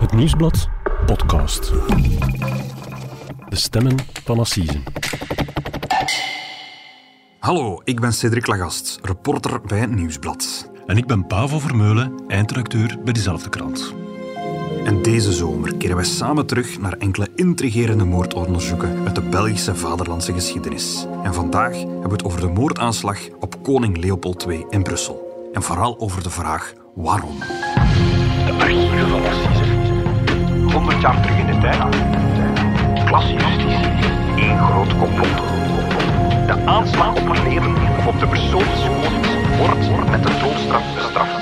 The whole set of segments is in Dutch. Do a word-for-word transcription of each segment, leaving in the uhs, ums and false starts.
Het Nieuwsblad podcast. De stemmen van Assisen. Hallo, ik ben Cedric Lagast, reporter bij Het Nieuwsblad. En ik ben Pavo Vermeulen, eindredacteur bij diezelfde krant. En deze zomer keren wij samen terug naar enkele intrigerende moordonderzoeken uit de Belgische vaderlandse geschiedenis. En vandaag hebben we het over de moordaanslag op koning Leopold de Tweede in Brussel. En vooral over de vraag waarom. De archieven van Assisen. honderd jaar terug in de tijd. Klasjustitie. Eén groot complot. De aanslag op het leven of op de persoon des konings wordt met de doodstraf bestraft.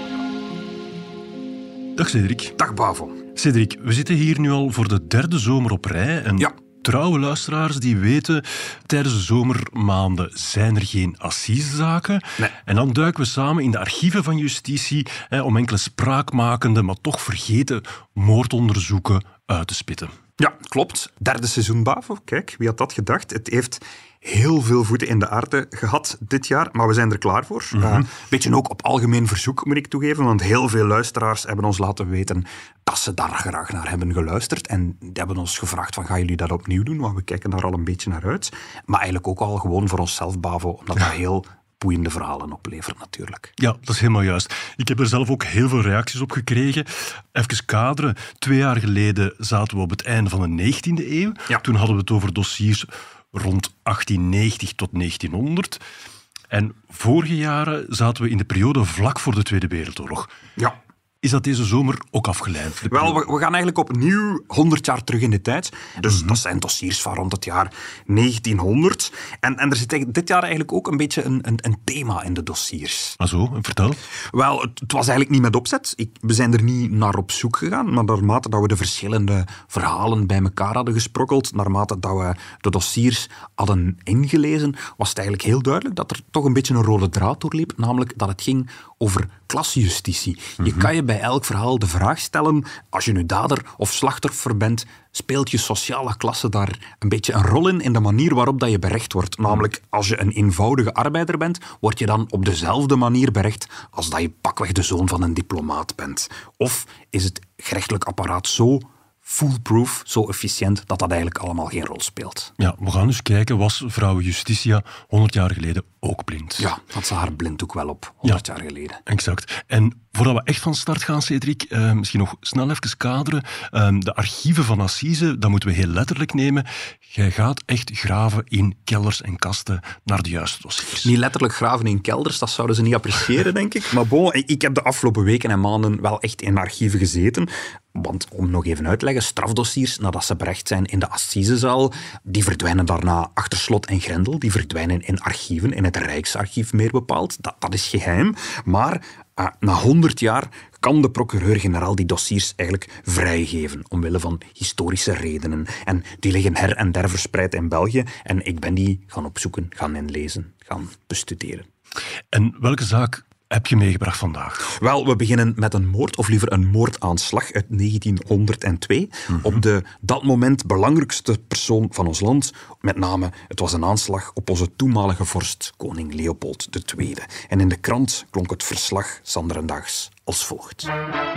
Dag Cedric. Dag Bavo. Cedric, we zitten hier nu al voor de derde zomer op rij. En Ja. trouwe luisteraars die weten, tijdens de zomermaanden zijn er geen assisezaken. Nee. En dan duiken we samen in de archieven van justitie hè, om enkele spraakmakende, maar toch vergeten moordonderzoeken uit te spitten. Ja, klopt. Derde seizoen Bavo. Kijk, wie had dat gedacht? Het heeft heel veel voeten in de aarde gehad dit jaar, maar we zijn er klaar voor. Een mm-hmm. uh, beetje ook op algemeen verzoek, moet ik toegeven, want heel veel luisteraars hebben ons laten weten dat ze daar graag naar hebben geluisterd en die hebben ons gevraagd van, gaan jullie dat opnieuw doen? Want we kijken daar al een beetje naar uit. Maar eigenlijk ook al gewoon voor onszelf, Bavo, omdat dat heel boeiende verhalen oplevert natuurlijk. Ja, dat is helemaal juist. Ik heb er zelf ook heel veel reacties op gekregen. Even kaderen. Twee jaar geleden zaten we op het einde van de negentiende eeuw. Ja. Toen hadden we het over dossiers rond achttiennegentig tot negentienhonderd. En vorige jaren zaten we in de periode vlak voor de Tweede Wereldoorlog. Ja. Is dat deze zomer ook afgeleid? Wel, we, we gaan eigenlijk opnieuw honderd jaar terug in de tijd. Dus mm-hmm. dat zijn dossiers van rond het jaar negentienhonderd. En, en er zit dit jaar eigenlijk ook een beetje een, een, een thema in de dossiers. Ah zo, vertel. Wel, het, het was eigenlijk niet met opzet. Ik, we zijn er niet naar op zoek gegaan, maar naarmate dat we de verschillende verhalen bij elkaar hadden gesprokkeld, naarmate dat we de dossiers hadden ingelezen, was het eigenlijk heel duidelijk dat er toch een beetje een rode draad doorliep, namelijk dat het ging over klasjustitie. Mm-hmm. Je kan je bij elk verhaal de vraag stellen, als je nu dader of slachtoffer bent, speelt je sociale klasse daar een beetje een rol in, in de manier waarop dat je berecht wordt. Namelijk, als je een eenvoudige arbeider bent, word je dan op dezelfde manier berecht als dat je pakweg de zoon van een diplomaat bent. Of is het gerechtelijk apparaat zo foolproof, zo efficiënt, dat dat eigenlijk allemaal geen rol speelt. Ja, we gaan dus kijken, was vrouw Justitia honderd jaar geleden ook blind? Ja, had ze haar blinddoek wel op, honderd ja, jaar geleden. Exact. En voordat we echt van start gaan, Cedric, eh, misschien nog snel even kaderen. Eh, de archieven van Assise, dat moeten we heel letterlijk nemen. Jij gaat echt graven in kelders en kasten naar de juiste dossiers. Niet letterlijk graven in kelders, dat zouden ze niet appreciëren, denk ik. Maar bon, ik heb de afgelopen weken en maanden wel echt in archieven gezeten. Want, om nog even uit te leggen, strafdossiers, nadat ze berecht zijn in de assisezaal, die verdwijnen daarna achter slot en grendel. Die verdwijnen in archieven, in het Rijksarchief meer bepaald. Dat, dat is geheim. Maar uh, na honderd jaar kan de procureur-generaal die dossiers eigenlijk vrijgeven, omwille van historische redenen. En die liggen her en der verspreid in België. En ik ben die gaan opzoeken, gaan inlezen, gaan bestuderen. En welke zaak heb je meegebracht vandaag? Wel, we beginnen met een moord, of liever een moordaanslag uit negentienhonderdtwee. Mm-hmm. Op de dat moment belangrijkste persoon van ons land. Met name, het was een aanslag op onze toenmalige vorst, koning Leopold de Tweede. En in de krant klonk het verslag zanderendaags als volgt.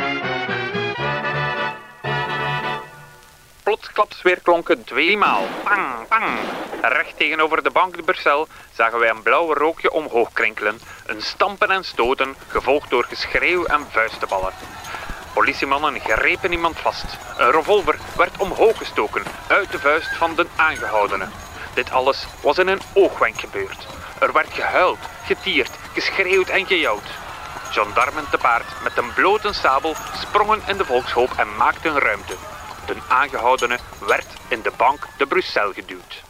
Plotsklaps weer klonken tweemaal. Pang, pang. Recht tegenover de Bank de Bruxelles zagen wij een blauw rookje omhoog krinkelen. Een stampen en stoten, gevolgd door geschreeuw en vuistenballen. Politiemannen grepen iemand vast. Een revolver werd omhoog gestoken, uit de vuist van de aangehoudene. Dit alles was in een oogwenk gebeurd. Er werd gehuild, getierd, geschreeuwd en gejouwd. Gendarmen te paard met een blote sabel sprongen in de volkshoop en maakten ruimte. De aangehoudene werd in de Bank de Bruxelles geduwd.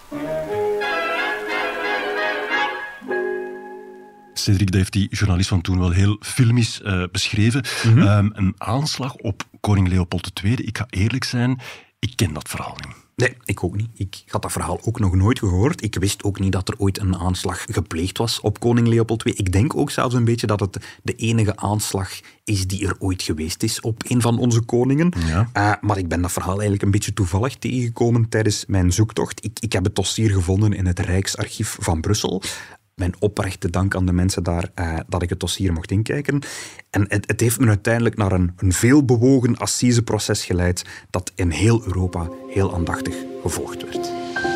Cedric, dat heeft die journalist van toen wel heel filmisch uh, beschreven. Mm-hmm. Um, een aanslag op koning Leopold de Tweede. Ik ga eerlijk zijn, ik ken dat verhaal niet. Nee, ik ook niet. Ik had dat verhaal ook nog nooit gehoord. Ik wist ook niet dat er ooit een aanslag gepleegd was op koning Leopold de Tweede. Ik denk ook zelfs een beetje dat het de enige aanslag is die er ooit geweest is op een van onze koningen. Ja. Uh, maar ik ben dat verhaal eigenlijk een beetje toevallig tegengekomen tijdens mijn zoektocht. Ik, ik heb het dossier gevonden in het Rijksarchief van Brussel. mijn oprechte dank aan de mensen daar uh, dat ik het dossier mocht inkijken. En het, het heeft me uiteindelijk naar een, een veelbewogen assiseproces geleid dat in heel Europa heel aandachtig gevolgd werd.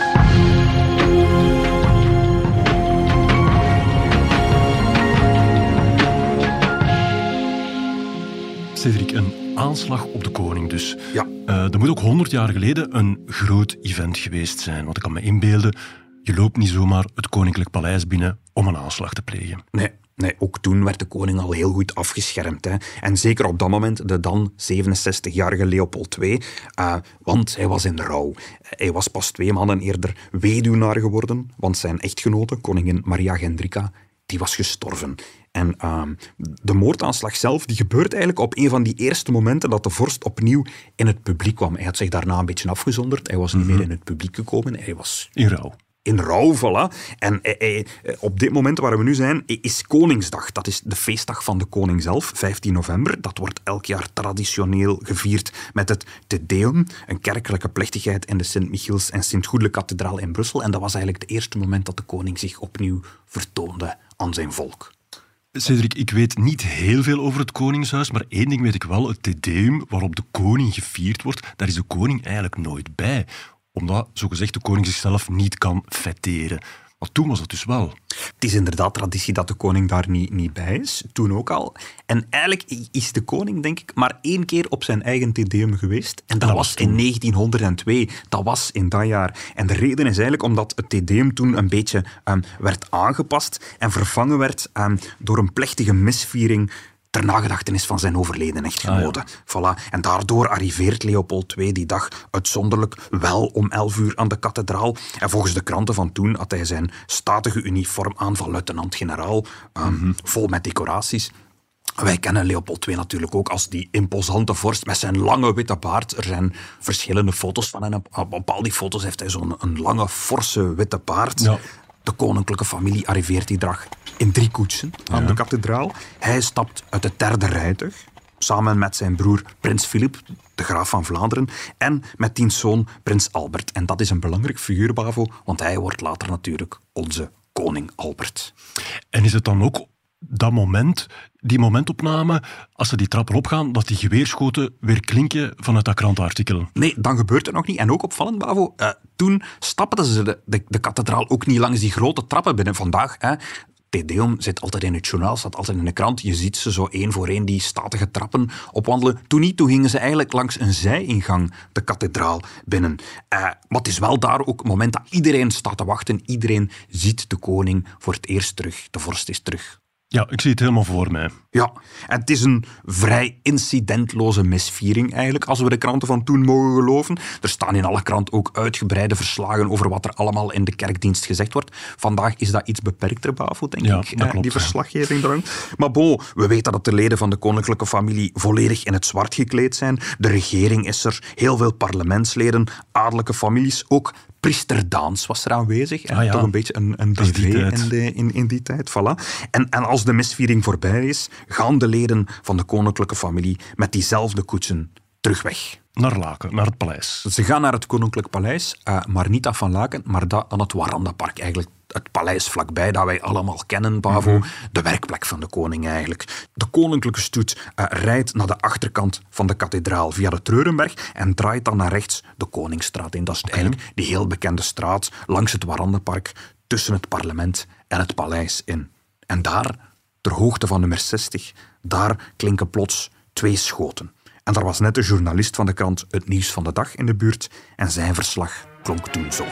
Cedric, een aanslag op de koning dus. Ja. Uh, dat moet ook honderd jaar geleden een groot event geweest zijn. Want ik kan me inbeelden, je loopt niet zomaar het Koninklijk Paleis binnen om een aanslag te plegen. Nee. Nee, ook toen werd de koning al heel goed afgeschermd. Hè. En zeker op dat moment de dan zevenenzestigjarige Leopold de Tweede. Uh, want hij was in rouw. Hij was pas twee maanden eerder weduwnaar geworden, want zijn echtgenote, koningin Maria Gendrika, die was gestorven. En uh, de moordaanslag zelf, die gebeurt eigenlijk op een van die eerste momenten dat de vorst opnieuw in het publiek kwam. Hij had zich daarna een beetje afgezonderd. Hij was niet mm-hmm. meer in het publiek gekomen. Hij was... in rouw. In rouw, voilà. En eh, eh, op dit moment waar we nu zijn, is Koningsdag. Dat is de feestdag van de koning zelf, vijftien november. Dat wordt elk jaar traditioneel gevierd met het Te Deum, een kerkelijke plechtigheid in de Sint-Michiels- en Sint-Goedele-kathedraal in Brussel. En dat was eigenlijk het eerste moment dat de koning zich opnieuw vertoonde aan zijn volk. Cedric, ik weet niet heel veel over het Koningshuis, maar één ding weet ik wel, het Te Deum waarop de koning gevierd wordt, daar is de koning eigenlijk nooit bij. Omdat, zogezegd, de koning zichzelf niet kan fêteren. Maar toen was dat dus wel. Het is inderdaad traditie dat de koning daar niet, niet bij is. Toen ook al. En eigenlijk is de koning, denk ik, maar één keer op zijn eigen Te Deum geweest. En dat, dat was in negentienhonderdtwee. Dat was in dat jaar. En de reden is eigenlijk omdat het Te Deum toen een beetje um, werd aangepast en vervangen werd um, door een plechtige misviering ter nagedachtenis van zijn overleden echtgenote. Ah, ja. Voilà. En daardoor arriveert Leopold de Tweede die dag uitzonderlijk wel om elf uur aan de kathedraal. En volgens de kranten van toen had hij zijn statige uniform aan van luitenant-generaal, um, mm-hmm. vol met decoraties. Wij kennen Leopold de Tweede natuurlijk ook als die imposante vorst met zijn lange witte baard. Er zijn verschillende foto's van hem. Op al die foto's heeft hij zo'n een lange, forse witte baard. Ja. De koninklijke familie arriveert die dag in drie koetsen aan ja. de kathedraal. Hij stapt uit het derde rijtuig, samen met zijn broer prins Filip, de graaf van Vlaanderen, en met diens zoon prins Albert. En dat is een belangrijk figuur, Bavo, want hij wordt later natuurlijk onze koning Albert. En is het dan ook dat moment, die momentopname, als ze die trappen opgaan, dat die geweerschoten weer klinken vanuit dat krantenartikel? Nee, dan gebeurt het nog niet. En ook opvallend, Bavo, uh, toen stapten ze de, de, de kathedraal ook niet langs die grote trappen binnen. Vandaag, hè, Te Deum zit altijd in het journaal, staat altijd in de krant. Je ziet ze zo één voor één die statige trappen opwandelen. Toen niet, toen gingen ze eigenlijk langs een zijingang de kathedraal binnen. Uh, maar het is wel daar ook het moment dat iedereen staat te wachten. Iedereen ziet de koning voor het eerst terug. De vorst is terug. Ja, ik zie het helemaal voor mij. Ja, en het is een vrij incidentloze misviering eigenlijk, als we de kranten van toen mogen geloven. Er staan in alle kranten ook uitgebreide verslagen over wat er allemaal in de kerkdienst gezegd wordt. Vandaag is dat iets beperkter, Bavo, denk ja, ik, dat klopt, die verslaggeving dan. Maar bon, we weten dat de leden van de koninklijke familie volledig in het zwart gekleed zijn. De regering is er, heel veel parlementsleden, adellijke families, ook priester Daans was er aanwezig. Ah, ja. Toch een beetje een, een B V in, de, in, in die tijd. Voilà. En, en als de misviering voorbij is, gaan de leden van de koninklijke familie met diezelfde koetsen terug weg. Naar Laken, naar het paleis. Ze gaan naar het Koninklijk Paleis, uh, maar niet dat van Laken, maar dat aan het Warandapark. Eigenlijk het paleis vlakbij, dat wij allemaal kennen, Bavo. Mm-hmm. De werkplek van de koning eigenlijk. De koninklijke stoet uh, rijdt naar de achterkant van de kathedraal via de Treurenberg en draait dan naar rechts de Koningsstraat in. Dat is okay. eigenlijk die heel bekende straat langs het Warandapark tussen het parlement en het paleis in. En daar, ter hoogte van nummer zestig, daar klinken plots twee schoten. En daar was net de journalist van de krant Het Nieuws van de Dag in de buurt en zijn verslag klonk toen zo.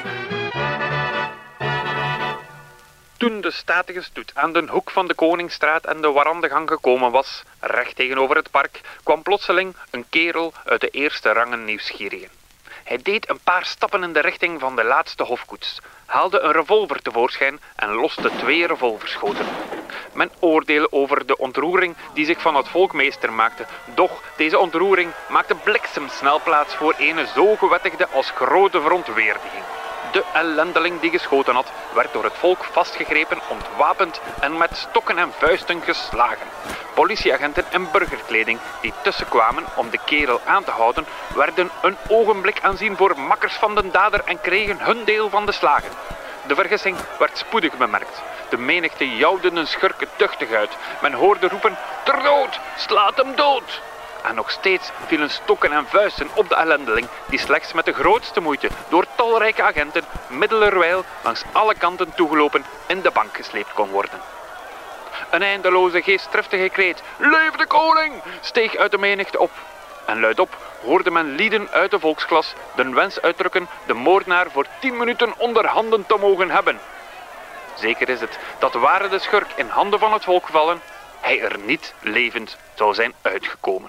Toen de statige stoet aan de hoek van de Koningsstraat en de Warandegang gekomen was, recht tegenover het park, kwam plotseling een kerel uit de eerste rangen nieuwsgierigen. Hij deed een paar stappen in de richting van de laatste hofkoets, haalde een revolver tevoorschijn en loste twee revolverschoten. Men oordeelde over de ontroering die zich van het volk meester maakte. Doch deze ontroering maakte bliksemsnel plaats voor ene zo gewettigde als grote verontwaardiging. De ellendeling die geschoten had, werd door het volk vastgegrepen, ontwapend en met stokken en vuisten geslagen. Politieagenten in burgerkleding die tussenkwamen om de kerel aan te houden, werden een ogenblik aanzien voor makkers van de dader en kregen hun deel van de slagen. De vergissing werd spoedig bemerkt. De menigte jouwde een schurk duchtig uit. Men hoorde roepen, ter dood, slaat hem dood. En nog steeds vielen stokken en vuisten op de ellendeling, die slechts met de grootste moeite door talrijke agenten middelerwijl langs alle kanten toegelopen in de bank gesleept kon worden. Een eindeloze geestdriftige kreet, leef de koning, steeg uit de menigte op. En luidop hoorde men lieden uit de volksklas de wens uitdrukken de moordenaar voor tien minuten onder handen te mogen hebben. Zeker is het dat ware de schurk in handen van het volk gevallen, hij er niet levend zou zijn uitgekomen.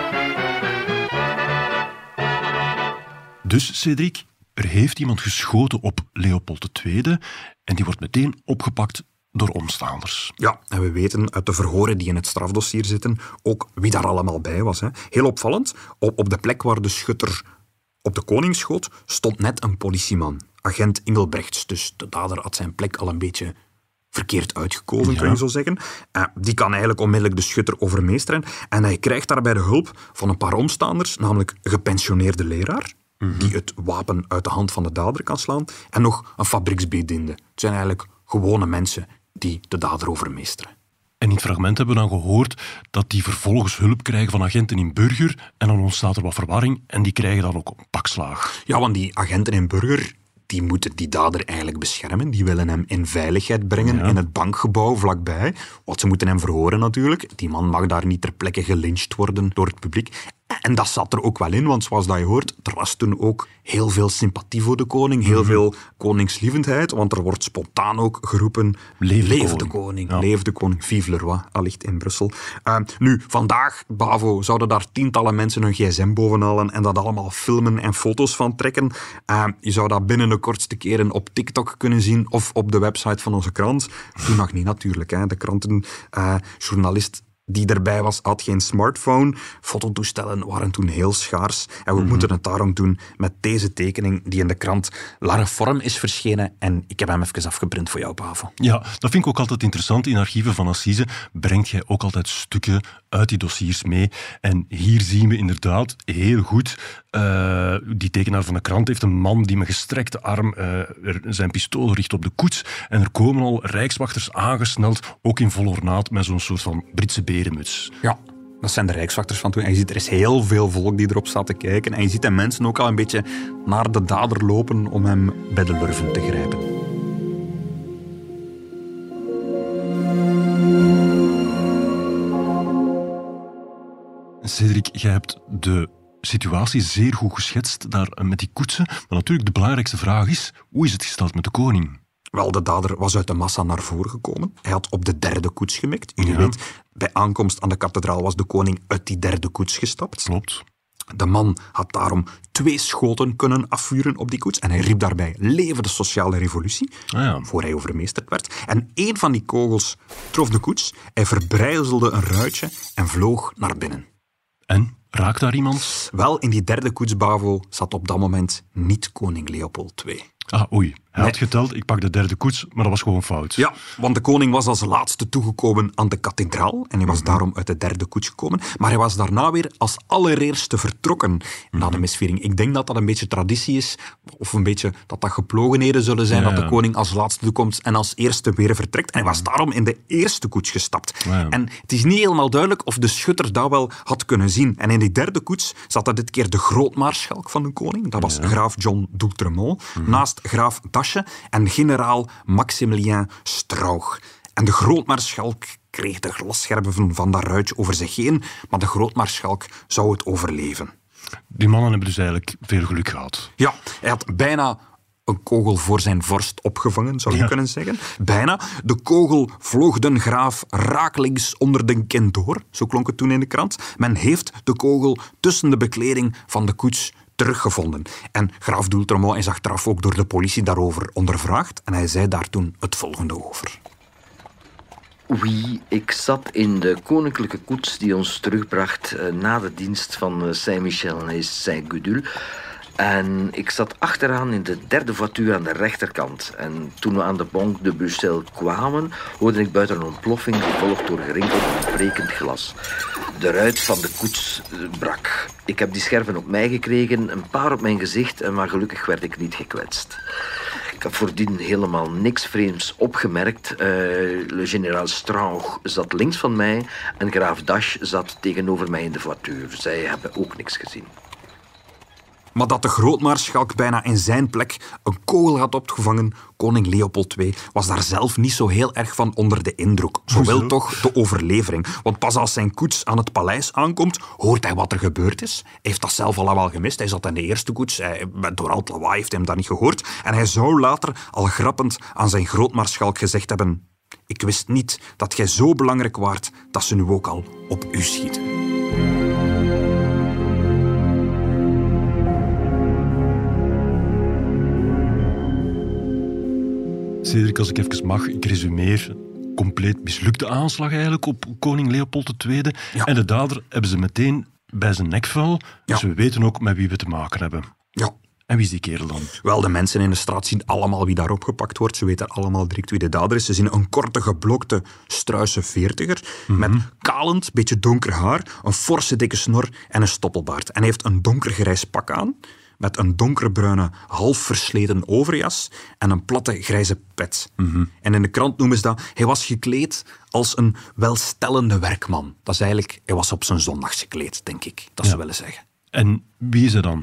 Dus, Cédric, er heeft iemand geschoten op Leopold de Tweede en die wordt meteen opgepakt door omstaanders. Ja, en we weten uit de verhoren die in het strafdossier zitten ook wie daar allemaal bij was. Hè. Heel opvallend, op, op de plek waar de schutter op de koning schoot, stond net een politieman, agent Engelbrechts. Dus de dader had zijn plek al een beetje verkeerd uitgekozen, Ja. kun je zo zeggen. Uh, die kan eigenlijk onmiddellijk de schutter overmeesteren. En hij krijgt daarbij de hulp van een paar omstaanders, namelijk een gepensioneerde leraar, mm-hmm. die het wapen uit de hand van de dader kan slaan, en nog een fabrieksbediende. Het zijn eigenlijk gewone mensen die de dader overmeesteren. En in het fragment hebben we dan gehoord dat die vervolgens hulp krijgen van agenten in Burger en dan ontstaat er wat verwarring en die krijgen dan ook een pakslaag. Ja, want die agenten in Burger, die moeten die dader eigenlijk beschermen. Die willen hem in veiligheid brengen Ja. in het bankgebouw vlakbij. Want ze moeten hem verhoren natuurlijk. Die man mag daar niet ter plekke gelyncht worden door het publiek. En dat zat er ook wel in, want zoals dat je hoort, er was toen ook heel veel sympathie voor de koning, heel mm-hmm. veel koningslievendheid, want er wordt spontaan ook geroepen, Leef de leef koning. de koning, Ja. leef de koning, vive le roi, allicht in Brussel. Uh, nu, vandaag, Bavo, zouden daar tientallen mensen hun gsm bovenhalen en dat allemaal filmen en foto's van trekken. Uh, je zou dat binnen de kortste keren op TikTok kunnen zien of op de website van onze krant. Toen nog niet natuurlijk, hè. De krantenjournalist die erbij was, had geen smartphone. Fototoestellen waren toen heel schaars. En we mm-hmm. moeten het daarom doen met deze tekening die in de krant La Reforme is verschenen. En ik heb hem even afgeprint voor jou, Pavo. Ja, dat vind ik ook altijd interessant. In archieven van Assise brengt jij ook altijd stukken uit die dossiers mee. En hier zien we inderdaad heel goed, uh, die tekenaar van de krant heeft een man die met gestrekte arm uh, er zijn pistool richt op de koets. En er komen al rijkswachters aangesneld, ook in vol ornaat, met zo'n soort van Britse berenmuts. Ja, dat zijn de rijkswachters van toen. En je ziet, er is heel veel volk die erop staat te kijken. En je ziet de mensen ook al een beetje naar de dader lopen om hem bij de lurven te grijpen. Cédric, jij hebt de situatie zeer goed geschetst daar met die koetsen. Maar natuurlijk, de belangrijkste vraag is, hoe is het gesteld met de koning? Wel, de dader was uit de massa naar voren gekomen. Hij had op de derde koets gemikt. Je Ja. weet, bij aankomst aan de kathedraal was de koning uit die derde koets gestapt. Klopt. De man had daarom twee schoten kunnen afvuren op die koets. En hij riep daarbij, leven de sociale revolutie, Ah ja. voor hij overmeesterd werd. En één van die kogels trof de koets. Hij verbrijzelde een ruitje en vloog naar binnen. En, raakt daar iemand? Wel, in die derde koets, Bavo, zat op dat moment niet koning Leopold de Tweede. Ah, oei. Hij had Nee. geteld, ik pak de derde koets, maar dat was gewoon fout. Ja, want de koning was als laatste toegekomen aan de kathedraal en hij was Mm-hmm. daarom uit de derde koets gekomen. Maar hij was daarna weer als allereerste vertrokken Mm-hmm. na de misviering. Ik denk dat dat een beetje traditie is, of een beetje dat dat geplogenheden zullen zijn, Ja, dat de ja. koning als laatste toekomt en als eerste weer vertrekt. En hij was daarom in de eerste koets gestapt. Ja, ja. En het is niet helemaal duidelijk of de schutter dat wel had kunnen zien. En in die derde koets zat er dit keer de grootmaarschalk van de koning. Dat was Ja. graaf John d'Outremont, naast graaf Tasche en generaal Maximilien Strauch. En de grootmaarschalk kreeg de glasscherven van dat ruitje over zich heen, maar de grootmaarschalk zou het overleven. Die mannen hebben dus eigenlijk veel geluk gehad. Ja, hij had bijna een kogel voor zijn vorst opgevangen, zou je Ja. kunnen zeggen. Bijna. De kogel vloog den graaf rakelings onder den kin door. Zo klonk het toen in de krant. Men heeft de kogel tussen de bekleding van de koets teruggevonden. En graaf d'Outremont is achteraf ook door de politie daarover ondervraagd. En hij zei daar toen het volgende over. Oui, ik zat in de koninklijke koets die ons terugbracht uh, na de dienst van uh, Saint-Michel en Saint-Gudule. En ik zat achteraan in de derde voiture aan de rechterkant. En toen we aan de Banque de Bruxelles kwamen, hoorde ik buiten een ontploffing gevolgd door gerinkeld en brekend glas. De ruit van de koets brak. Ik heb die scherven op mij gekregen, een paar op mijn gezicht, maar gelukkig werd ik niet gekwetst. Ik heb voordien helemaal niks vreemds opgemerkt. Uh, le generaal Strange zat links van mij en graaf Dash zat tegenover mij in de voiture. Zij hebben ook niks gezien. Maar dat de grootmaarschalk bijna in zijn plek een kogel had opgevangen, koning Leopold de Tweede, was daar zelf niet zo heel erg van onder de indruk. Zo wil toch de overlevering. Want pas als zijn koets aan het paleis aankomt, hoort hij wat er gebeurd is. Hij heeft dat zelf allemaal gemist. Hij zat in de eerste koets. Hij, door al het lawaai heeft hij hem dat niet gehoord. En hij zou later al grappend aan zijn grootmaarschalk gezegd hebben: ik wist niet dat jij zo belangrijk waart dat ze nu ook al op u schieten. Cedric, als ik even mag, ik resumeer. Compleet mislukte aanslag eigenlijk op koning Leopold de Tweede. Ja. En de dader hebben ze meteen bij zijn nekvel. Dus ja. we weten ook met wie we te maken hebben. Ja. En wie is die kerel dan? Wel, de mensen in de straat zien allemaal wie daar opgepakt wordt. Ze weten allemaal direct wie de dader is. Ze zien een korte, geblokte, struise veertiger. Mm-hmm. Met kalend, beetje donker haar, een forse, dikke snor en een stoppelbaard. En hij heeft een donkergrijs pak aan, met een donkerbruine, half versleten overjas en een platte, grijze pet. Mm-hmm. En in de krant noemen ze dat: hij was gekleed als een welstellende werkman. Dat is eigenlijk, hij was op zijn zondags gekleed, denk ik, dat ja. ze willen zeggen. En wie is hij dan?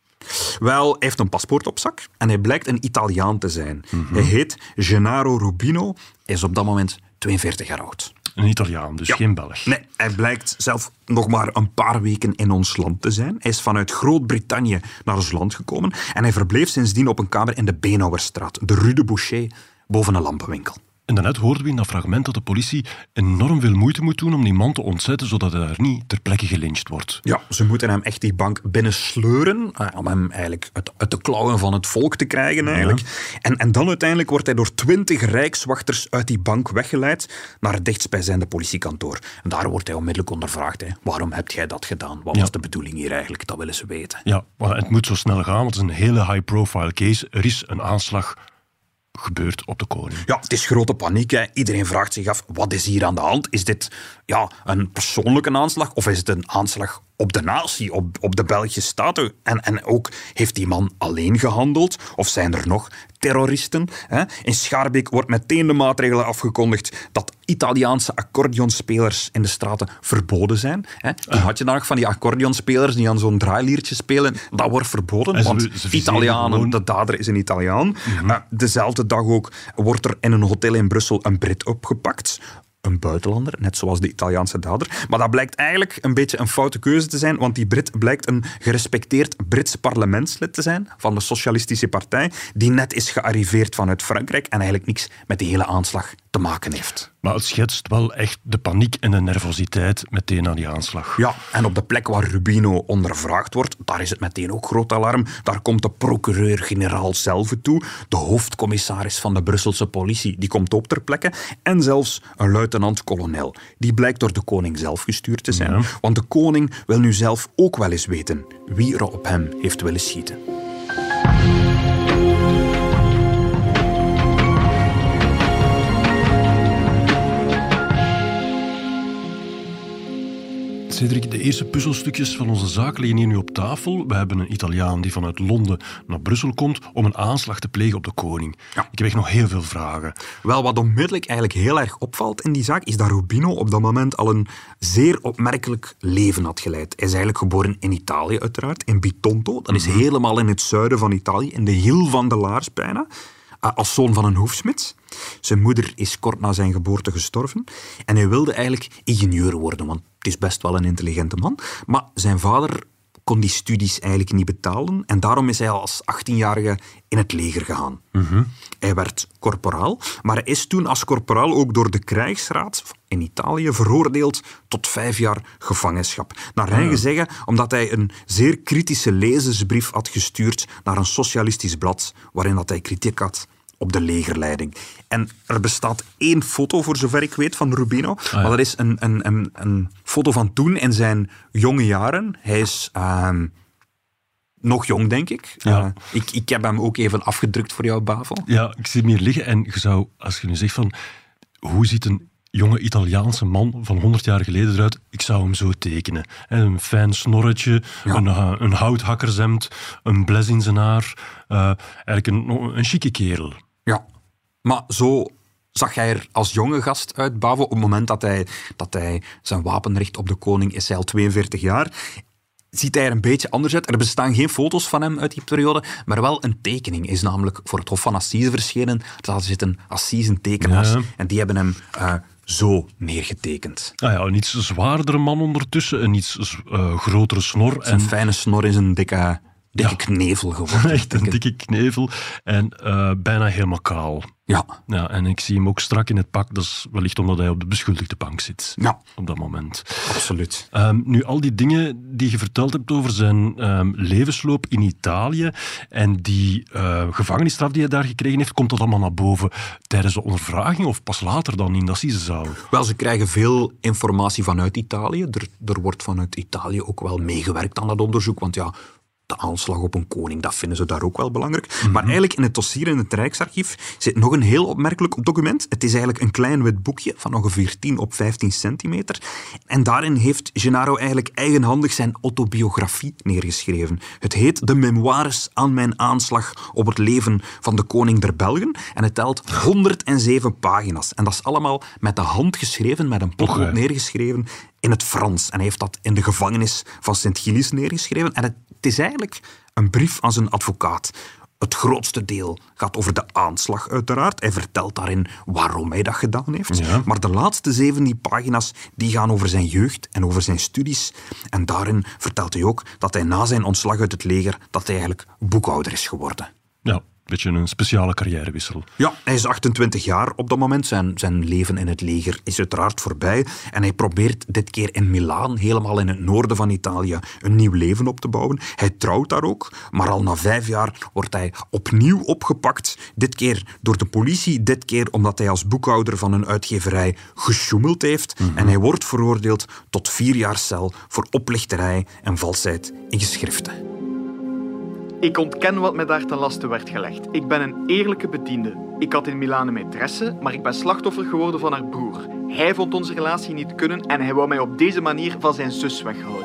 Wel, hij heeft een paspoort op zak en hij blijkt een Italiaan te zijn. Mm-hmm. Hij heet Gennaro Rubino. Hij is op dat moment tweeënveertig jaar oud. Een Italiaan, dus ja. geen Belg. Nee, hij blijkt zelf nog maar een paar weken in ons land te zijn. Hij is vanuit Groot-Brittannië naar ons land gekomen en hij verbleef sindsdien op een kamer in de Beenhouwerstraat, de Rue de Boucher, boven een lampenwinkel. En daarnet hoorden we in dat fragment dat de politie enorm veel moeite moet doen om die man te ontzetten, zodat hij daar niet ter plekke gelyncht wordt. Ja, ze moeten hem echt die bank binnensleuren, om hem eigenlijk uit, uit de klauwen van het volk te krijgen eigenlijk. Ja. En, en dan uiteindelijk wordt hij door twintig rijkswachters uit die bank weggeleid naar het dichtstbijzijnde politiekantoor. En daar wordt hij onmiddellijk ondervraagd. Hè. Waarom heb jij dat gedaan? Wat ja. was de bedoeling hier eigenlijk? Dat willen ze weten. Ja, maar het moet zo snel gaan, want het is een hele high-profile case. Er is een aanslag gebeurt op de koning. Ja, het is grote paniek. Hè. Iedereen vraagt zich af, wat is hier aan de hand? Is dit ja, een persoonlijke aanslag of is het een aanslag op de natie, op, op de Belgische staat? En, en ook, heeft die man alleen gehandeld? Of zijn er nog terroristen? Hè? In Schaarbeek wordt meteen de maatregelen afgekondigd dat Italiaanse accordeonspelers in de straten verboden zijn. Hè? Toen had je dan nog van die accordeonspelers die aan zo'n draailiertje spelen. Dat wordt verboden, ze, want ze Italianen, gewoon... de dader is een Italiaan. Mm-hmm. Uh, dezelfde dag ook wordt er in een hotel in Brussel een Brit opgepakt. Een buitenlander, net zoals de Italiaanse dader. Maar dat blijkt eigenlijk een beetje een foute keuze te zijn, want die Brit blijkt een gerespecteerd Brits parlementslid te zijn van de Socialistische Partij, die net is gearriveerd vanuit Frankrijk en eigenlijk niks met die hele aanslag te maken heeft. Maar het schetst wel echt de paniek en de nervositeit meteen aan die aanslag. Ja, en op de plek waar Rubino ondervraagd wordt, daar is het meteen ook groot alarm. Daar komt de procureur-generaal zelf toe, de hoofdcommissaris van de Brusselse politie, die komt ook ter plekke, en zelfs een luitenant-kolonel. Die blijkt door de koning zelf gestuurd te zijn. Ja. Want de koning wil nu zelf ook wel eens weten wie er op hem heeft willen schieten. Cedric, de eerste puzzelstukjes van onze zaak liggen hier nu op tafel. We hebben een Italiaan die vanuit Londen naar Brussel komt om een aanslag te plegen op de koning. Ja. Ik heb echt nog heel veel vragen. Wel, wat onmiddellijk eigenlijk heel erg opvalt in die zaak, is dat Rubino op dat moment al een zeer opmerkelijk leven had geleid. Hij is eigenlijk geboren in Italië, uiteraard, in Bitonto. Dat is mm-hmm. helemaal in het zuiden van Italië, in de hiel van de Laars bijna. Als zoon van een hoefsmid. Zijn moeder is kort na zijn geboorte gestorven. En hij wilde eigenlijk ingenieur worden, want het is best wel een intelligente man. Maar zijn vader kon die studies eigenlijk niet betalen. En daarom is hij als achttienjarige in het leger gegaan. Mm-hmm. Hij werd korporaal, maar hij is toen als korporaal ook door de krijgsraad in Italië veroordeeld tot vijf jaar gevangenschap. Naar eigen zeggen, omdat hij een zeer kritische lezersbrief had gestuurd naar een socialistisch blad, waarin dat hij kritiek had op de legerleiding. En er bestaat één foto, voor zover ik weet, van Rubino. Ah, ja. Maar dat is een, een, een, een foto van toen in zijn jonge jaren. Hij is uh, nog jong, denk ik. Ja. Uh, ik. Ik heb hem ook even afgedrukt voor jou, Bavel. Ja, ik zie hem hier liggen en je zou, als je nu zegt van, hoe ziet een jonge Italiaanse man van honderd jaar geleden eruit. Ik zou hem zo tekenen. Een fijn snorretje, Ja. een, uh, een houthakkershemd, een bles in zijn haar. Uh, eigenlijk een, een chique kerel. Ja, maar zo zag hij er als jonge gast uit, Bavo. Op het moment dat hij, dat hij zijn wapenrecht op de koning is, hij al tweeënveertig jaar... ziet hij er een beetje anders uit. Er bestaan geen foto's van hem uit die periode, maar wel een tekening. Hij is namelijk voor het Hof van Assise verschenen. Daar zitten Assisen-tekenaars Ja. en die hebben hem uh, zo neergetekend. Ah ja, een iets zwaardere man ondertussen, een iets uh, grotere snor. Zijn En fijne snor is een dikke, dikke Ja. knevel geworden. echt een dikke knevel en uh, bijna helemaal kaal. Ja, Ja, en ik zie hem ook strak in het pak. Dat is wellicht omdat hij op de beschuldigde bank zit. ja, Op dat moment. absoluut. Um, nu, al die dingen die je verteld hebt over zijn um, levensloop in Italië en die uh, gevangenisstraf die hij daar gekregen heeft, komt dat allemaal naar boven tijdens de ondervraging of pas later dan in de assisezaal? Wel, ze krijgen veel informatie vanuit Italië. Er, er wordt vanuit Italië ook wel meegewerkt aan dat onderzoek, want ja... de aanslag op een koning, dat vinden ze daar ook wel belangrijk. Mm-hmm. Maar eigenlijk in het dossier in het Rijksarchief zit nog een heel opmerkelijk document. Het is eigenlijk een klein wit boekje van ongeveer tien op vijftien centimeter. En daarin heeft Gennaro eigenlijk eigenhandig zijn autobiografie neergeschreven. Het heet De Memoires aan mijn aanslag op het leven van de koning der Belgen. En het telt honderdzeven pagina's. En dat is allemaal met de hand geschreven, met een potlood neergeschreven in het Frans. En hij heeft dat in de gevangenis van Sint-Gilles neergeschreven. En het Het is eigenlijk een brief aan zijn advocaat. Het grootste deel gaat over de aanslag, uiteraard. Hij vertelt daarin waarom hij dat gedaan heeft. Ja. Maar de laatste zeventien pagina's die gaan over zijn jeugd en over zijn studies. En daarin vertelt hij ook dat hij na zijn ontslag uit het leger dat hij eigenlijk boekhouder is geworden. Ja, een beetje een speciale carrièrewissel. Ja, hij is achtentwintig jaar op dat moment. Zijn, zijn leven in het leger is uiteraard voorbij. En hij probeert dit keer in Milaan, helemaal in het noorden van Italië, een nieuw leven op te bouwen. Hij trouwt daar ook, maar al na vijf jaar wordt hij opnieuw opgepakt. Dit keer door de politie, dit keer omdat hij als boekhouder van een uitgeverij gesjoemeld heeft. Mm-hmm. En hij wordt veroordeeld tot vier jaar cel voor oplichterij en valsheid in geschriften. Ik ontken wat mij daar ten laste werd gelegd. Ik ben een eerlijke bediende. Ik had in Milaan een maîtresse, maar ik ben slachtoffer geworden van haar broer. Hij vond onze relatie niet kunnen en hij wou mij op deze manier van zijn zus weghouden.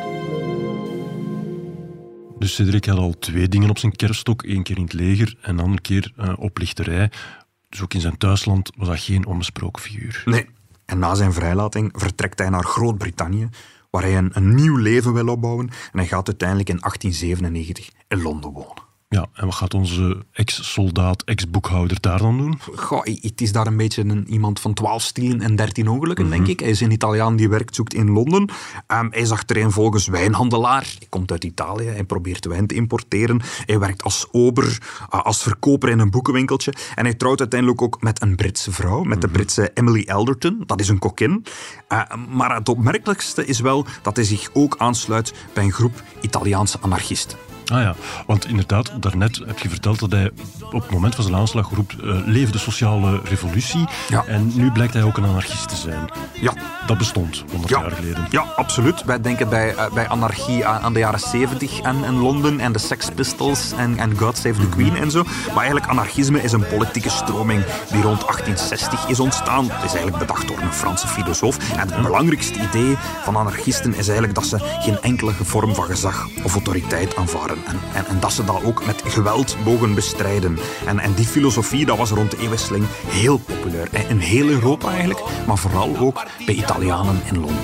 Dus Cedric had al twee dingen op zijn kerststok. Eén keer in het leger en een andere keer uh, oplichterij. Dus ook in zijn thuisland was dat geen onbesproken figuur. Nee. En na zijn vrijlating vertrekt hij naar Groot-Brittannië, waar hij een, een nieuw leven wil opbouwen. En hij gaat uiteindelijk in achttien zevenennegentig in Londen wonen. Ja, en wat gaat onze ex-soldaat, ex-boekhouder daar dan doen? Goh, het is daar een beetje een, iemand van twaalf stielen en dertien ongelukken, mm-hmm. denk ik. Hij is een Italiaan die werk zoekt in Londen. Um, hij is achtereenvolgens wijnhandelaar. Hij komt uit Italië, hij probeert wijn te importeren. Hij werkt als ober, uh, als verkoper in een boekenwinkeltje. En hij trouwt uiteindelijk ook met een Britse vrouw, met mm-hmm. de Britse Emily Elderton. Dat is een kokkin. Uh, maar het opmerkelijkste is wel dat hij zich ook aansluit bij een groep Italiaanse anarchisten. Ah ja, want inderdaad, daarnet heb je verteld dat hij op het moment van zijn aanslag roept uh, leef de sociale revolutie. Ja. En nu blijkt hij ook een anarchist te zijn. Ja. Dat bestond honderd ja. jaar geleden. Ja, absoluut. Wij denken bij, uh, bij anarchie aan, aan de jaren zeventig en, en Londen en de Sex Pistols en, en God Save the Queen en zo. Maar eigenlijk anarchisme is een politieke stroming die rond achttien zestig is ontstaan. Het is eigenlijk bedacht door een Franse filosoof. En het belangrijkste idee van anarchisten is eigenlijk dat ze geen enkele vorm van gezag of autoriteit aanvaarden. En, en, en dat ze dat ook met geweld mogen bestrijden. En, en die filosofie, dat was rond de eeuwwisseling heel populair. En in heel Europa eigenlijk, maar vooral ook bij Italianen in Londen.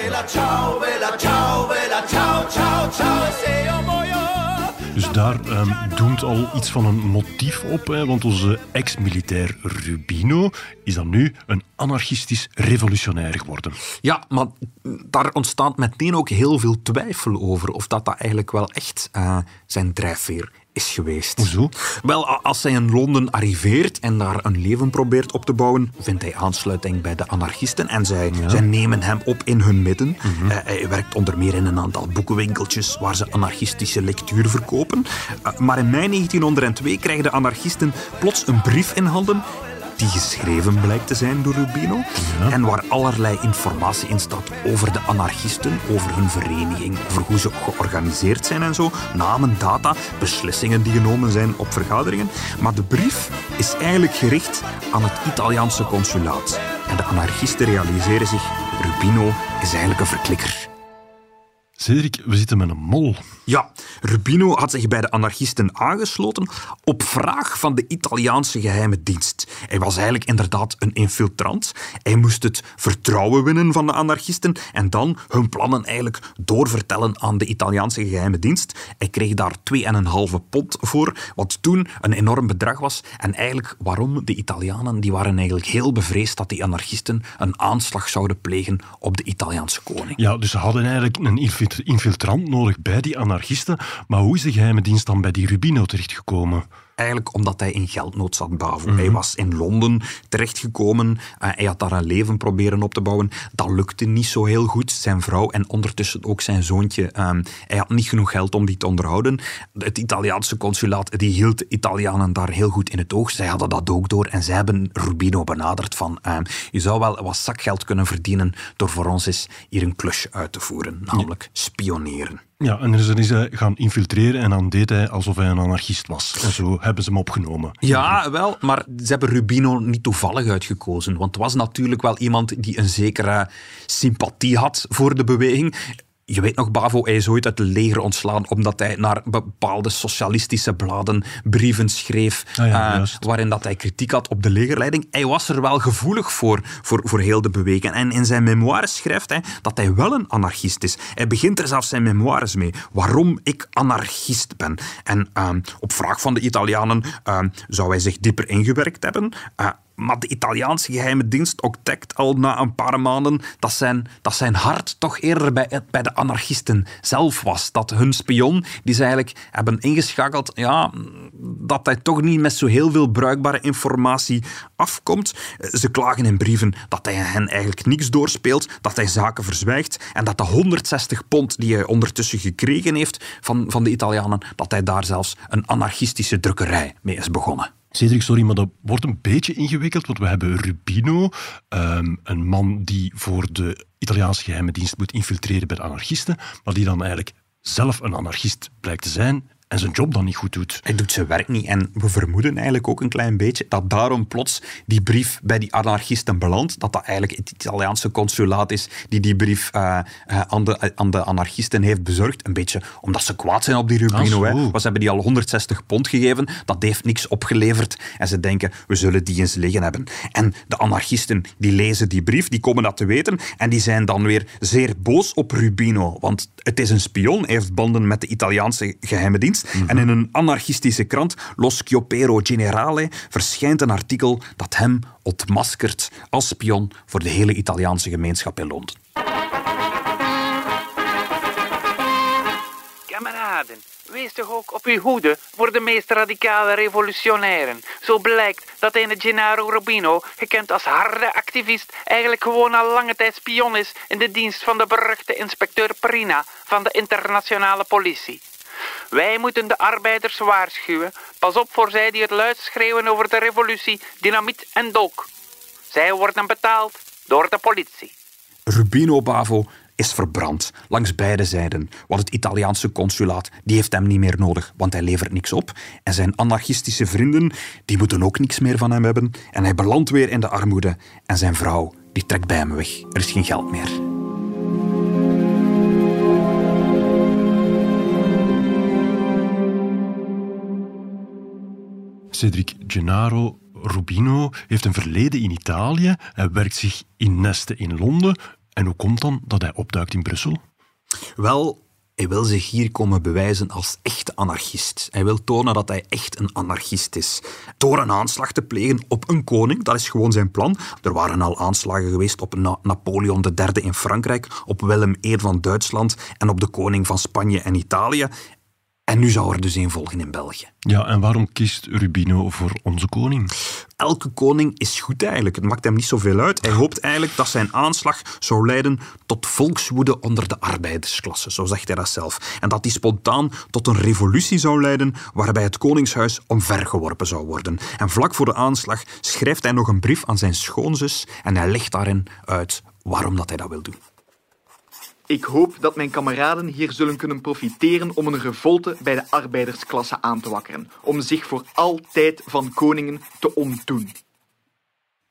Dus daar um, doemt al iets van een motief op, hè, want onze ex-militair Rubino is dan nu een anarchistisch revolutionair geworden. Ja, maar daar ontstaat meteen ook heel veel twijfel over of dat, dat eigenlijk wel echt uh, zijn drijfveer is geweest. Hoezo? Wel, als hij in Londen arriveert en daar een leven probeert op te bouwen, vindt hij aansluiting bij de anarchisten en zij, ja. zij nemen hem op in hun midden. Mm-hmm. Uh, hij werkt onder meer in een aantal boekenwinkeltjes waar ze anarchistische lectuur verkopen. Uh, maar in mei negentienhonderdtwee krijgen de anarchisten plots een brief in handen die geschreven blijkt te zijn door Rubino. Ja. En waar allerlei informatie in staat over de anarchisten, over hun vereniging, over hoe ze georganiseerd zijn en zo. Namen, data, beslissingen die genomen zijn op vergaderingen. Maar de brief is eigenlijk gericht aan het Italiaanse consulaat. En En de anarchisten realiseren zich, Rubino is eigenlijk een verklikker. Cedric, we zitten met een mol. Ja, Rubino had zich bij de anarchisten aangesloten op vraag van de Italiaanse geheime dienst. Hij was eigenlijk inderdaad een infiltrant. Hij moest het vertrouwen winnen van de anarchisten en dan hun plannen eigenlijk doorvertellen aan de Italiaanse geheime dienst. Hij kreeg daar twee en een halve pond voor, wat toen een enorm bedrag was. En eigenlijk waarom? De Italianen die waren eigenlijk heel bevreesd dat die anarchisten een aanslag zouden plegen op de Italiaanse koning. Ja, dus ze hadden eigenlijk een infiltrant nodig bij die anarchisten. Maar hoe is de geheime dienst dan bij die Rubino terechtgekomen? Eigenlijk omdat hij in geldnood zat, Bavo. Mm-hmm. Hij was in Londen terechtgekomen. Uh, hij had daar een leven proberen op te bouwen. Dat lukte niet zo heel goed. Zijn vrouw en ondertussen ook zijn zoontje. Uh, hij had niet genoeg geld om die te onderhouden. Het Italiaanse consulaat die hield de Italianen daar heel goed in het oog. Zij hadden dat ook door. En zij hebben Rubino benaderd van... Uh, je zou wel wat zakgeld kunnen verdienen door voor ons eens hier een klusje uit te voeren. Namelijk ja. spioneren. Ja, en dus is hij gaan infiltreren en dan deed hij alsof hij een anarchist was. En zo hebben ze hem opgenomen. Ja, wel, maar ze hebben Rubino niet toevallig uitgekozen. Want het was natuurlijk wel iemand die een zekere sympathie had voor de beweging. Je weet nog, Bavo, hij is ooit uit het leger ontslaan omdat hij naar bepaalde socialistische bladen brieven schreef ah ja, uh, waarin dat hij kritiek had op de legerleiding. Hij was er wel gevoelig voor, voor, voor heel de beweging. En in zijn memoires schrijft hij dat hij wel een anarchist is. Hij begint er zelfs zijn memoires mee. Waarom ik anarchist ben. En uh, op vraag van de Italianen uh, zou hij zich dieper ingewerkt hebben. Uh, Maar de Italiaanse geheime dienst ontdekt al na een paar maanden dat zijn, dat zijn hart toch eerder bij, bij de anarchisten zelf was. Dat hun spion, die ze eigenlijk hebben ingeschakeld, ja, dat hij toch niet met zo heel veel bruikbare informatie afkomt. Ze klagen in brieven dat hij hen eigenlijk niks doorspeelt, dat hij zaken verzwijgt en dat de honderdzestig pond die hij ondertussen gekregen heeft van, van de Italianen, dat hij daar zelfs een anarchistische drukkerij mee is begonnen. Cedric, sorry, maar dat wordt een beetje ingewikkeld, want we hebben Rubino, um, een man die voor de Italiaanse geheime dienst moet infiltreren bij de anarchisten, maar die dan eigenlijk zelf een anarchist blijkt te zijn en zijn job dan niet goed doet. Hij doet zijn werk niet en we vermoeden eigenlijk ook een klein beetje dat daarom plots die brief bij die anarchisten belandt, dat dat eigenlijk het Italiaanse consulaat is die die brief uh, uh, aan, de, aan de anarchisten heeft bezorgd. Een beetje omdat ze kwaad zijn op die Rubino. Ah, hè. Want ze hebben die al honderdzestig pond gegeven, dat heeft niks opgeleverd en ze denken, we zullen die eens liggen hebben. En de anarchisten die lezen die brief, die komen dat te weten en die zijn dan weer zeer boos op Rubino, want het is een spion, hij heeft banden met de Italiaanse geheime dienst. Mm-hmm. En in een anarchistische krant, Lo Schiopero Generale, verschijnt een artikel dat hem ontmaskert als spion voor de hele Italiaanse gemeenschap in Londen. Kameraden, wees toch ook op uw hoede voor de meest radicale revolutionairen. Zo blijkt dat een Gennaro Rubino, gekend als harde activist, eigenlijk gewoon al lange tijd spion is in de dienst van de beruchte inspecteur Prina van de internationale politie. Wij moeten de arbeiders waarschuwen. Pas op voor zij die het luid schreeuwen over de revolutie, dynamiet en dolk. Zij worden betaald door de politie. Rubino, Bavo, is verbrand langs beide zijden. Want het Italiaanse consulaat die heeft hem niet meer nodig, want hij levert niks op. En zijn anarchistische vrienden die moeten ook niks meer van hem hebben. En hij belandt weer in de armoede. En zijn vrouw die trekt bij hem weg. Er is geen geld meer. Cedric, Gennaro Rubino heeft een verleden in Italië. Hij werkt zich in nesten in Londen. En hoe komt dan dat hij opduikt in Brussel? Wel, hij wil zich hier komen bewijzen als echte anarchist. Hij wil tonen dat hij echt een anarchist is. Door een aanslag te plegen op een koning, dat is gewoon zijn plan. Er waren al aanslagen geweest op Na- Napoleon de derde in Frankrijk, op Willem de Eerste van Duitsland en op de koning van Spanje en Italië. En nu zou er dus één volgen in België. Ja, en waarom kiest Rubino voor onze koning? Elke koning is goed eigenlijk. Het maakt hem niet zoveel uit. Hij hoopt eigenlijk dat zijn aanslag zou leiden tot volkswoede onder de arbeidersklasse. Zo zegt hij dat zelf. En dat die spontaan tot een revolutie zou leiden waarbij het koningshuis omvergeworpen zou worden. En vlak voor de aanslag schrijft hij nog een brief aan zijn schoonzus en hij legt daarin uit waarom dat hij dat wil doen. Ik hoop dat mijn kameraden hier zullen kunnen profiteren om een revolte bij de arbeidersklasse aan te wakkeren, om zich voor altijd van koningen te ontdoen.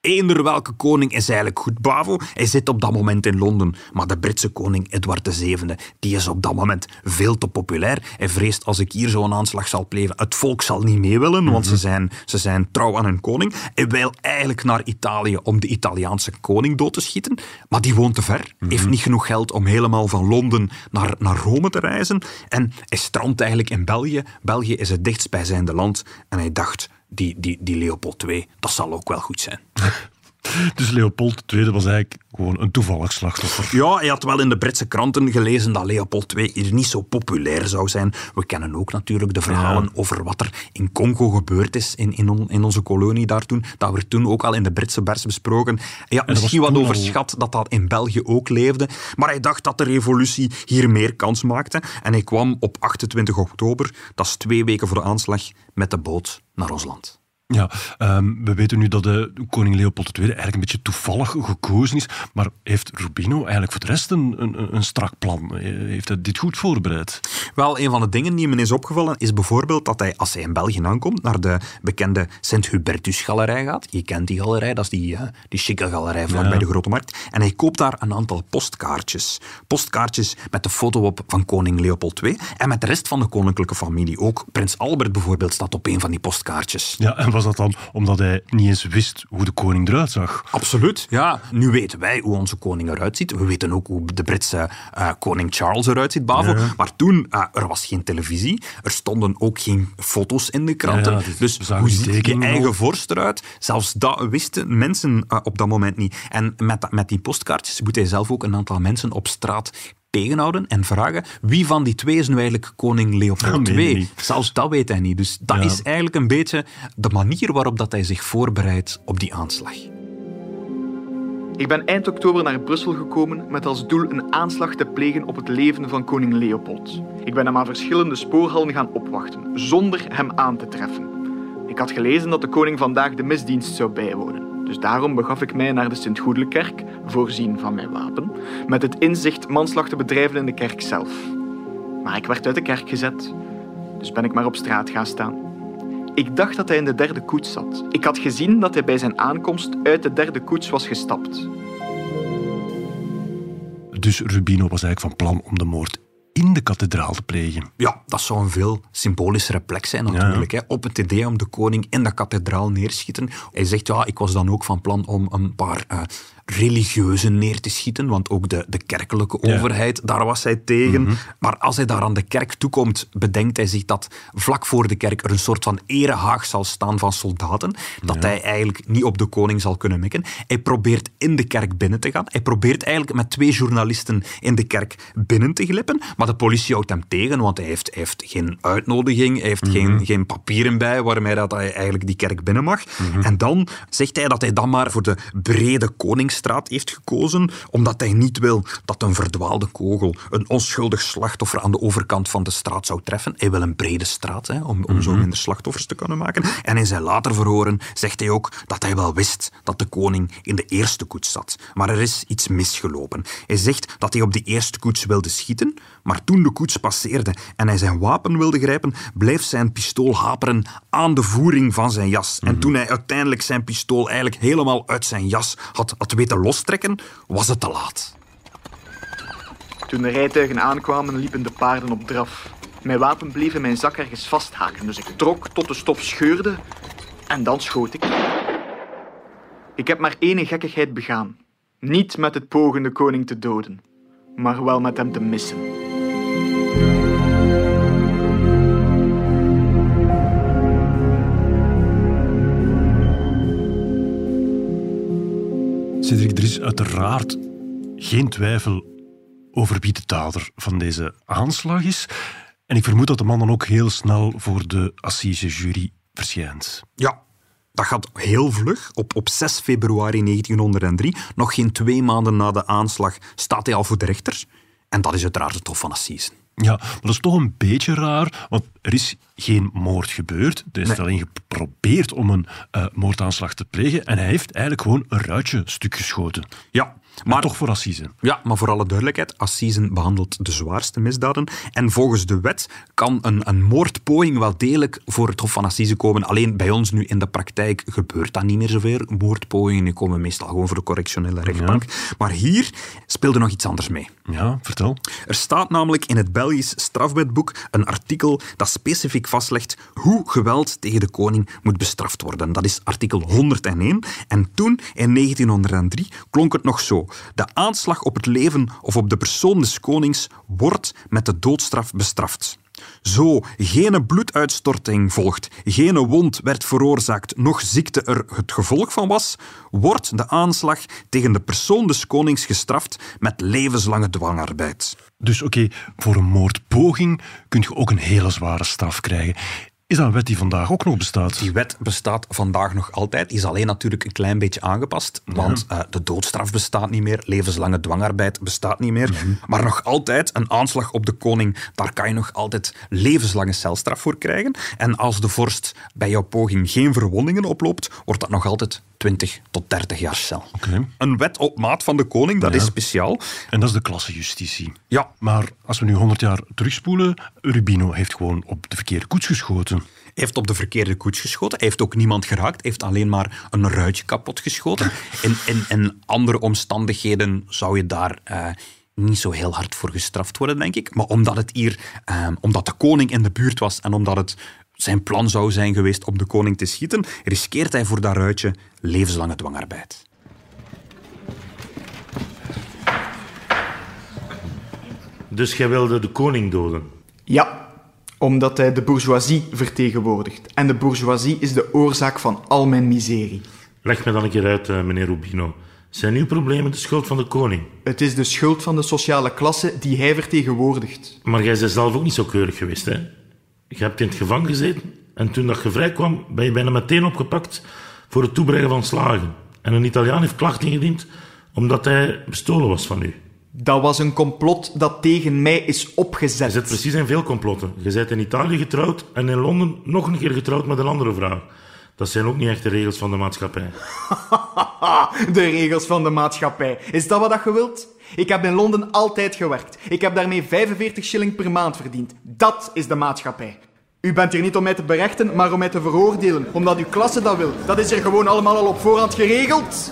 eender welke koning is eigenlijk goed, Bavo. Hij zit op dat moment in Londen. Maar de Britse koning Edward de zevende, die is op dat moment veel te populair. Hij vreest, als ik hier zo'n aanslag zal plegen, het volk zal niet mee willen, want mm-hmm. ze, zijn, ze zijn trouw aan hun koning. Hij wil eigenlijk naar Italië om de Italiaanse koning dood te schieten. Maar die woont te ver. Mm-hmm. Heeft niet genoeg geld om helemaal van Londen naar, naar Rome te reizen. En hij strandt eigenlijk in België. België is het dichtstbijzijnde land. En hij dacht, die, die, die Leopold de tweede, dat zal ook wel goed zijn. Dus Leopold de tweede was eigenlijk gewoon een toevallig slachtoffer. Ja, hij had wel in de Britse kranten gelezen dat Leopold de tweede hier niet zo populair zou zijn. We kennen ook natuurlijk de verhalen ja. over wat er in Congo gebeurd is in, in, on, in onze kolonie daar toen. Dat werd toen ook al in de Britse pers besproken. Ja, misschien wat overschat al... dat dat in België ook leefde. Maar hij dacht dat de revolutie hier meer kans maakte. En hij kwam op achtentwintig oktober, dat is twee weken voor de aanslag, met de boot naar Rusland. Ja, um, we weten nu dat de koning Leopold de tweede eigenlijk een beetje toevallig gekozen is, maar heeft Rubino eigenlijk voor de rest een, een, een strak plan? Heeft hij dit goed voorbereid? Wel, een van de dingen die me is opgevallen is bijvoorbeeld dat hij, als hij in België aankomt, naar de bekende Sint-Hubertus-galerij gaat. Je kent die galerij, dat is die, uh, die chique galerij vlak ja. bij de Grote Markt. En hij koopt daar een aantal postkaartjes. Postkaartjes met de foto op van koning Leopold de tweede en met de rest van de koninklijke familie. Ook prins Albert bijvoorbeeld staat op een van die postkaartjes. Ja, en was dat dan omdat hij niet eens wist hoe de koning eruit zag? Absoluut, ja. Nu weten wij hoe onze koning eruit ziet. We weten ook hoe de Britse uh, koning Charles eruit ziet, Bavo. Ja. Maar toen, uh, er was geen televisie. Er stonden ook geen foto's in de kranten. Ja, ja, dus hoe ziet je eigen al? vorst eruit? Zelfs dat wisten mensen uh, op dat moment niet. En met, met die postkaartjes moet hij zelf ook een aantal mensen op straat tegenhouden en vragen wie van die twee is nu eigenlijk koning Leopold de tweede. Zelfs dat weet hij niet. Dus dat ja. is eigenlijk een beetje de manier waarop dat hij zich voorbereidt op die aanslag. Ik ben eind oktober naar Brussel gekomen met als doel een aanslag te plegen op het leven van koning Leopold. Ik ben hem aan verschillende spoorhallen gaan opwachten, zonder hem aan te treffen. Ik had gelezen dat de koning vandaag de misdienst zou bijwonen. Dus daarom begaf ik mij naar de Sint-Goedele-kerk, voorzien van mijn wapen, met het inzicht manslag te bedrijven in de kerk zelf. Maar ik werd uit de kerk gezet, dus ben ik maar op straat gaan staan. Ik dacht dat hij in de derde koets zat. Ik had gezien dat hij bij zijn aankomst uit de derde koets was gestapt. Dus Rubino was eigenlijk van plan om de moord in de kathedraal te plegen. Ja, dat zou een veel symbolische plek zijn natuurlijk. Ja. Hè. Op het idee om de koning in de kathedraal neerschieten. Hij zegt, ja, ik was dan ook van plan om een paar uh, religieuzen neer te schieten, want ook de, de kerkelijke ja. overheid, daar was hij tegen. Mm-hmm. Maar als hij daar aan de kerk toekomt, bedenkt hij zich dat vlak voor de kerk er een soort van erehaag zal staan van soldaten, dat ja. hij eigenlijk niet op de koning zal kunnen mikken. Hij probeert in de kerk binnen te gaan. Hij probeert eigenlijk met twee journalisten in de kerk binnen te glippen, maar de politie houdt hem tegen, want hij heeft, hij heeft geen uitnodiging, hij heeft mm-hmm. geen, geen papieren bij waarmee dat hij eigenlijk die kerk binnen mag. Mm-hmm. En dan zegt hij dat hij dan maar voor de brede koningsstraat heeft gekozen, omdat hij niet wil dat een verdwaalde kogel een onschuldig slachtoffer aan de overkant van de straat zou treffen. Hij wil een brede straat, hè, om, om mm-hmm. zo minder slachtoffers te kunnen maken. En in zijn later verhoren zegt hij ook dat hij wel wist dat de koning in de eerste koets zat. Maar er is iets misgelopen. Hij zegt dat hij op die eerste koets wilde schieten, maar toen de koets passeerde en hij zijn wapen wilde grijpen, bleef zijn pistool haperen aan de voering van zijn jas. Mm-hmm. En toen hij uiteindelijk zijn pistool eigenlijk helemaal uit zijn jas had, had weten lostrekken, was het te laat. Toen de rijtuigen aankwamen, liepen de paarden op draf. Mijn wapen bleef in mijn zak ergens vasthaken, dus ik trok tot de stof scheurde en dan schoot ik. Ik heb maar één gekkigheid begaan. Niet met het pogen de koning te doden, maar wel met hem te missen. Cedric, er is uiteraard geen twijfel over wie de dader van deze aanslag is. En ik vermoed dat de man dan ook heel snel voor de assisejury verschijnt. Ja, dat gaat heel vlug. Op, op zes februari negentienhonderddrie, nog geen twee maanden na de aanslag, staat hij al voor de rechter. En dat is uiteraard het Hof van Assise. Ja, maar dat is toch een beetje raar, want er is geen moord gebeurd. Er is nee. alleen probeert om een uh, moordaanslag te plegen en hij heeft eigenlijk gewoon een ruitje stuk geschoten. Ja. Maar, maar toch voor assise. Ja, maar voor alle duidelijkheid, assise behandelt de zwaarste misdaden. En volgens de wet kan een, een moordpoging wel degelijk voor het Hof van Assise komen. Alleen bij ons nu in de praktijk gebeurt dat niet meer zoveel. Moordpogingen komen meestal gewoon voor de correctionele rechtbank. Ja. Maar hier speelde nog iets anders mee. Ja, vertel. Er staat namelijk in het Belgisch strafwetboek een artikel dat specifiek vastlegt hoe geweld tegen de koning moet bestraft worden. Dat is artikel honderdéén. En toen, in negentienhonderddrie, klonk het nog zo. De aanslag op het leven of op de persoon des konings wordt met de doodstraf bestraft. Zo geen bloeduitstorting volgt, geen wond werd veroorzaakt, noch ziekte er het gevolg van was, wordt de aanslag tegen de persoon des konings gestraft met levenslange dwangarbeid. Dus oké, okay, voor een moordpoging kun je ook een hele zware straf krijgen. Is dat een wet die vandaag ook nog bestaat? Die wet bestaat vandaag nog altijd. Is alleen natuurlijk een klein beetje aangepast. Ja. Want uh, de doodstraf bestaat niet meer. Levenslange dwangarbeid bestaat niet meer. Mm-hmm. Maar nog altijd een aanslag op de koning. Daar kan je nog altijd levenslange celstraf voor krijgen. En als de vorst bij jouw poging geen verwondingen oploopt, wordt dat nog altijd twintig tot dertig jaar cel. Okay. Een wet op maat van de koning, dat ja. is speciaal. En dat is de klassejustitie. Ja. Maar als we nu honderd jaar terugspoelen, Rubino heeft gewoon op de verkeerde koets geschoten. Hij heeft op de verkeerde koets geschoten. Hij heeft ook niemand geraakt. Hij heeft alleen maar een ruitje kapot geschoten. In, in, in andere omstandigheden zou je daar uh, niet zo heel hard voor gestraft worden, denk ik. Maar omdat het hier, uh, omdat de koning in de buurt was en omdat het zijn plan zou zijn geweest om de koning te schieten, riskeert hij voor dat ruitje levenslange dwangarbeid. Dus jij wilde de koning doden? Ja, omdat hij de bourgeoisie vertegenwoordigt. En de bourgeoisie is de oorzaak van al mijn miserie. Leg me dan een keer uit, uh, meneer Rubino. Zijn uw problemen de schuld van de koning? Het is de schuld van de sociale klasse die hij vertegenwoordigt. Maar jij bent zelf ook niet zo keurig geweest, hè? Je hebt in het gevangen gezeten en toen dat je vrijkwam, ben je bijna meteen opgepakt voor het toebrengen van slagen. En een Italiaan heeft klacht ingediend omdat hij bestolen was van u. Dat was een complot dat tegen mij is opgezet. Je zit precies in veel complotten. Je bent in Italië getrouwd en in Londen nog een keer getrouwd met een andere vrouw. Dat zijn ook niet echt de regels van de maatschappij. De regels van de maatschappij. Is dat wat je wilt? Ik heb in Londen altijd gewerkt. Ik heb daarmee vijfenveertig shilling per maand verdiend. Dat is de maatschappij. U bent hier niet om mij te berechten, maar om mij te veroordelen. Omdat uw klasse dat wil. Dat is er gewoon allemaal al op voorhand geregeld.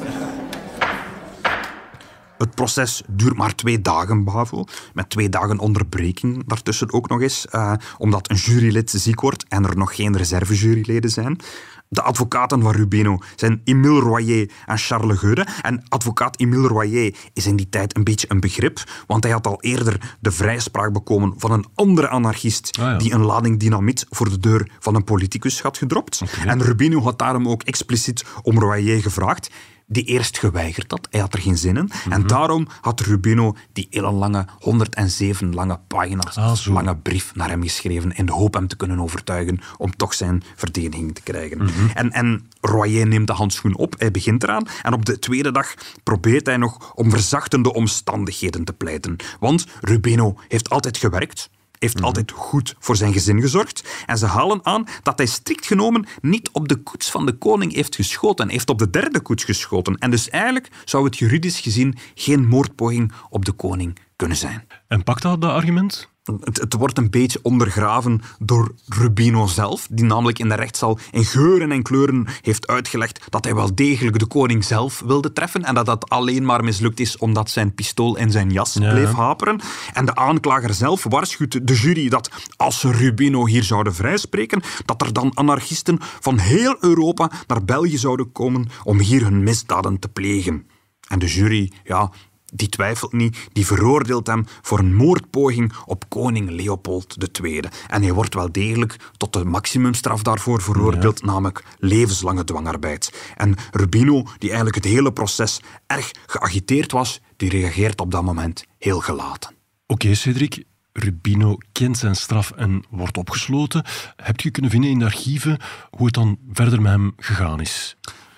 Het proces duurt maar twee dagen, Bavo. Met twee dagen onderbreking daartussen ook nog eens. Uh, omdat een jurylid ziek wordt en er nog geen reservejuryleden zijn. De advocaten van Rubino zijn Émile Royer en Charles Geure. En advocaat Émile Royer is in die tijd een beetje een begrip, want hij had al eerder de vrijspraak bekomen van een andere anarchist ah, ja. die een lading dynamiet voor de deur van een politicus had gedropt. Okay. En Rubino had daarom ook expliciet om Royer gevraagd, die eerst geweigerd had. Hij had er geen zin in. Mm-hmm. En daarom had Rubino die hele lange, honderdzeven lange pagina's, ah, lange brief naar hem geschreven in de hoop hem te kunnen overtuigen om toch zijn verdediging te krijgen. Mm-hmm. En, en Royer neemt de handschoen op, hij begint eraan en op de tweede dag probeert hij nog om verzachtende omstandigheden te pleiten. Want Rubino heeft altijd gewerkt, heeft mm-hmm. altijd goed voor zijn gezin gezorgd. En ze halen aan dat hij strikt genomen niet op de koets van de koning heeft geschoten. Hij heeft op de derde koets geschoten. En dus eigenlijk zou het juridisch gezien geen moordpoging op de koning kunnen zijn. En pakt dat, dat argument? Het, het wordt een beetje ondergraven door Rubino zelf, die namelijk in de rechtszaal in geuren en kleuren heeft uitgelegd dat hij wel degelijk de koning zelf wilde treffen en dat dat alleen maar mislukt is omdat zijn pistool in zijn jas ja. bleef haperen. En de aanklager zelf waarschuwt de jury dat als ze Rubino hier zouden vrijspreken, dat er dan anarchisten van heel Europa naar België zouden komen om hier hun misdaden te plegen. En de jury, ja... die twijfelt niet, die veroordeelt hem voor een moordpoging op koning Leopold de Tweede. En hij wordt wel degelijk tot de maximumstraf daarvoor veroordeeld, ja. namelijk levenslange dwangarbeid. En Rubino, die eigenlijk het hele proces erg geagiteerd was, die reageert op dat moment heel gelaten. Oké, okay, Cédric. Rubino kent zijn straf en wordt opgesloten. Heb je kunnen vinden in de archieven hoe het dan verder met hem gegaan is? Ja,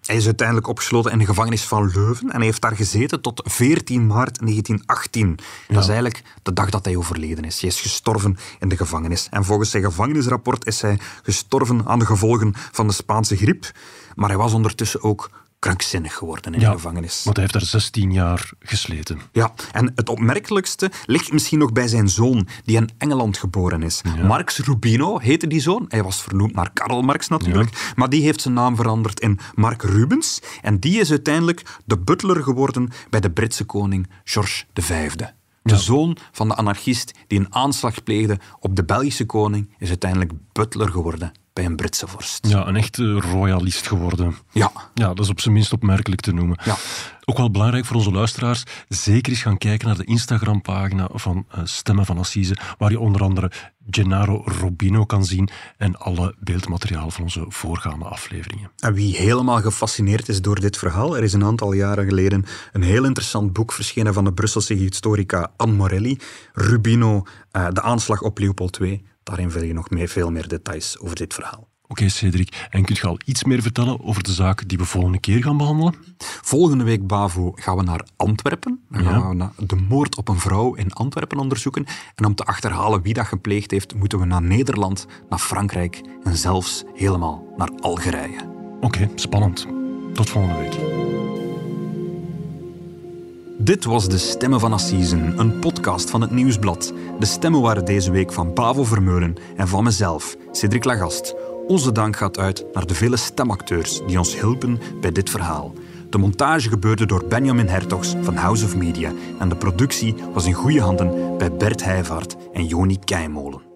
Hij is uiteindelijk opgesloten in de gevangenis van Leuven en hij heeft daar gezeten tot veertien maart negentien achttien. Ja. Dat is eigenlijk de dag dat hij overleden is. Hij is gestorven in de gevangenis. En volgens zijn gevangenisrapport is hij gestorven aan de gevolgen van de Spaanse griep. Maar hij was ondertussen ook krankzinnig geworden in ja, de gevangenis. Want hij heeft daar zestien jaar gesleten. Ja, en het opmerkelijkste ligt misschien nog bij zijn zoon, die in Engeland geboren is. Ja. Marx Rubino heette die zoon. Hij was vernoemd naar Karl Marx natuurlijk. Ja. Maar die heeft zijn naam veranderd in Mark Rubens. En die is uiteindelijk de butler geworden bij de Britse koning George de Vijfde. De ja. zoon van de anarchist die een aanslag pleegde op de Belgische koning is uiteindelijk butler geworden bij een Britse vorst. Ja, een echte royalist geworden. Ja. Ja, dat is op zijn minst opmerkelijk te noemen. Ja. Ook wel belangrijk voor onze luisteraars, zeker eens gaan kijken naar de Instagram-pagina van uh, Stemmen van Assise, waar je onder andere Gennaro Rubino kan zien en alle beeldmateriaal van onze voorgaande afleveringen. En wie helemaal gefascineerd is door dit verhaal, er is een aantal jaren geleden een heel interessant boek verschenen van de Brusselse historica Anne Morelli, Rubino, uh, de aanslag op Leopold de Tweede. Daarin vind je nog meer, veel meer details over dit verhaal. Oké, okay, Cedric. En kunt je al iets meer vertellen over de zaak die we volgende keer gaan behandelen? Volgende week, Bavo, gaan we naar Antwerpen. Dan gaan ja. we de moord op een vrouw in Antwerpen onderzoeken. En om te achterhalen wie dat gepleegd heeft, moeten we naar Nederland, naar Frankrijk en zelfs helemaal naar Algerije. Oké, okay, spannend. Tot volgende week. Dit was De Stemmen van Assisen, een podcast van het Nieuwsblad. De stemmen waren deze week van Bavo Vermeulen en van mezelf, Cédric Lagast. Onze dank gaat uit naar de vele stemacteurs die ons hielpen bij dit verhaal. De montage gebeurde door Benjamin Hertogs van House of Media en de productie was in goede handen bij Bert Heijvaart en Joni Keimolen.